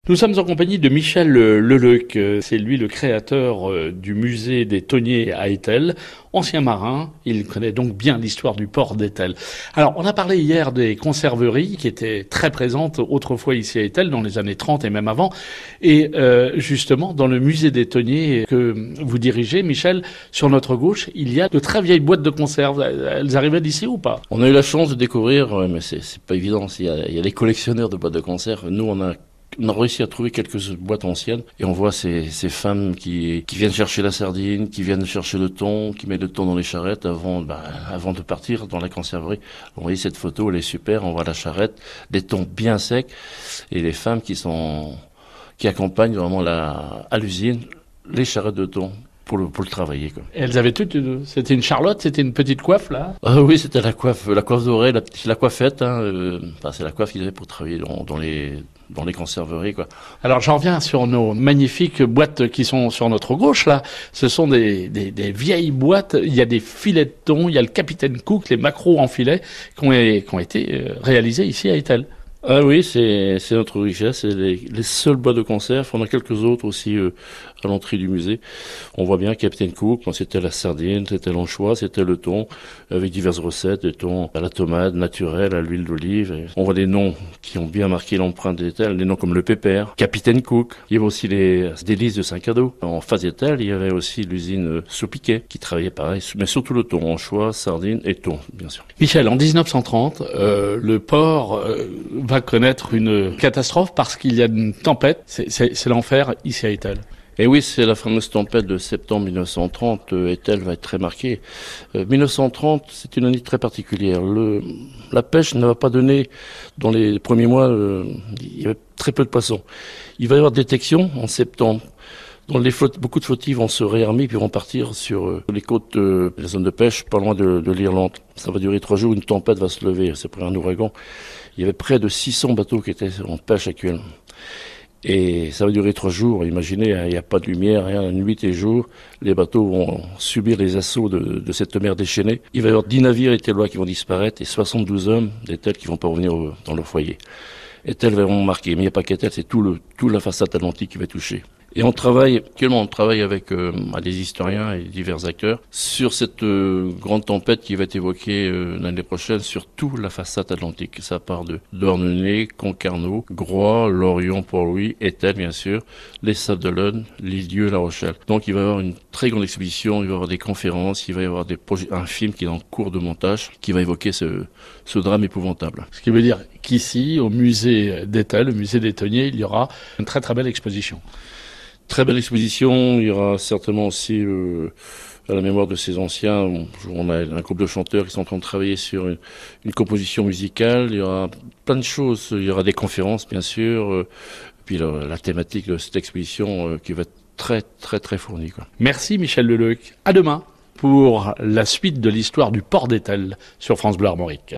Nous sommes en compagnie de Michel Leleuc. C'est lui le créateur du musée des Thoniers à Étel. Ancien marin, il connaît donc bien l'histoire du port d'Étel. Alors, on a parlé hier des conserveries qui étaient très présentes autrefois ici à Étel, dans les années 30 et même avant. Et justement, dans le musée des Thoniers que vous dirigez, Michel, sur notre gauche, il y a de très vieilles boîtes de conserve. Elles arrivaient d'ici ou pas? On a eu la chance de découvrir, mais c'est pas évident. Il y a des collectionneurs de boîtes de conserve. Nous, on a réussi à trouver quelques boîtes anciennes et on voit ces femmes qui viennent chercher la sardine, qui viennent chercher le thon, qui mettent le thon dans les charrettes avant de partir dans la conserverie. Vous voyez cette photo, elle est super. On voit la charrette, des thons bien secs et les femmes qui accompagnent vraiment à l'usine les charrettes de thon. Pour le travailler, quoi. Elles avaient toutes, c'était une charlotte, c'était une petite coiffe, là? Ah oui, c'était la coiffe dorée, la coiffette, c'est la coiffe qu'ils avaient pour travailler dans les conserveries, quoi. Alors, j'en reviens sur nos magnifiques boîtes qui sont sur notre gauche, là. Ce sont des vieilles boîtes. Il y a des filets de thon, il y a le Capitaine Cook, les maquereaux en filet, qui ont été réalisés ici à Étel. Ah oui, c'est notre richesse, c'est les seules boîtes de conserve. On a quelques autres aussi à l'entrée du musée. On voit bien Captain Cook, c'était la sardine, c'était l'anchois, c'était le thon, avec diverses recettes, le thon à la tomate naturelle, à l'huile d'olive. On voit des noms qui ont bien marqué l'empreinte d'Étel, des noms comme le Pépère, Capitaine Cook. Il y avait aussi les délices de Saint-Cadeau. En face d'Étel, il y avait aussi l'usine Saupiquet, qui travaillait pareil, mais surtout le thon, anchois, sardine et thon, bien sûr. Michel, en 1930, le port va connaître une catastrophe parce qu'il y a une tempête. C'est l'enfer ici à Étel. Et oui, c'est la fameuse tempête de septembre 1930. Étel va être très marquée. 1930, c'est une année très particulière. La pêche ne va pas donner, dans les premiers mois, il y avait très peu de poissons. Il va y avoir détection en septembre. Dans beaucoup de flottilles vont se réarmer puis vont partir sur les côtes de la zone de pêche, pas loin de l'Irlande. Ça va durer 3 jours, une tempête va se lever, c'est près un ouragan. Il y avait près de 600 bateaux qui étaient en pêche actuellement. Et ça va durer 3 jours. Imaginez, il n'y a pas de lumière, rien, nuit et jour. Les bateaux vont subir les assauts de cette mer déchaînée. Il va y avoir 10 navires ételois qui vont disparaître et 72 hommes d'Étel qui vont pas revenir dans leur foyer. Étel va vraiment marquer. Mais il n'y a pas qu'Étel, c'est tout la façade atlantique qui va toucher. Et on travaille avec des historiens et divers acteurs sur cette grande tempête qui va être évoquée l'année prochaine sur toute la façade atlantique. Ça part de Douarnenez, Concarneau, Groix, Lorient, Port-Louis, Étel bien sûr, les Sables d'Olonne, Lisieux, La Rochelle. Donc il va y avoir une très grande exposition, il va y avoir des conférences, il va y avoir un film qui est en cours de montage qui va évoquer ce drame épouvantable. Ce qui veut dire qu'ici, au musée d'Étel, le musée des Thoniers, il y aura une très très belle exposition. Très belle exposition, il y aura certainement aussi à la mémoire de ces anciens, on a un groupe de chanteurs qui sont en train de travailler sur une composition musicale, il y aura plein de choses, il y aura des conférences bien sûr, puis la thématique de cette exposition qui va être très très très fournie, quoi. Merci Michel Leleuc, à demain pour la suite de l'histoire du port d'Étel sur France Bleu Armorique.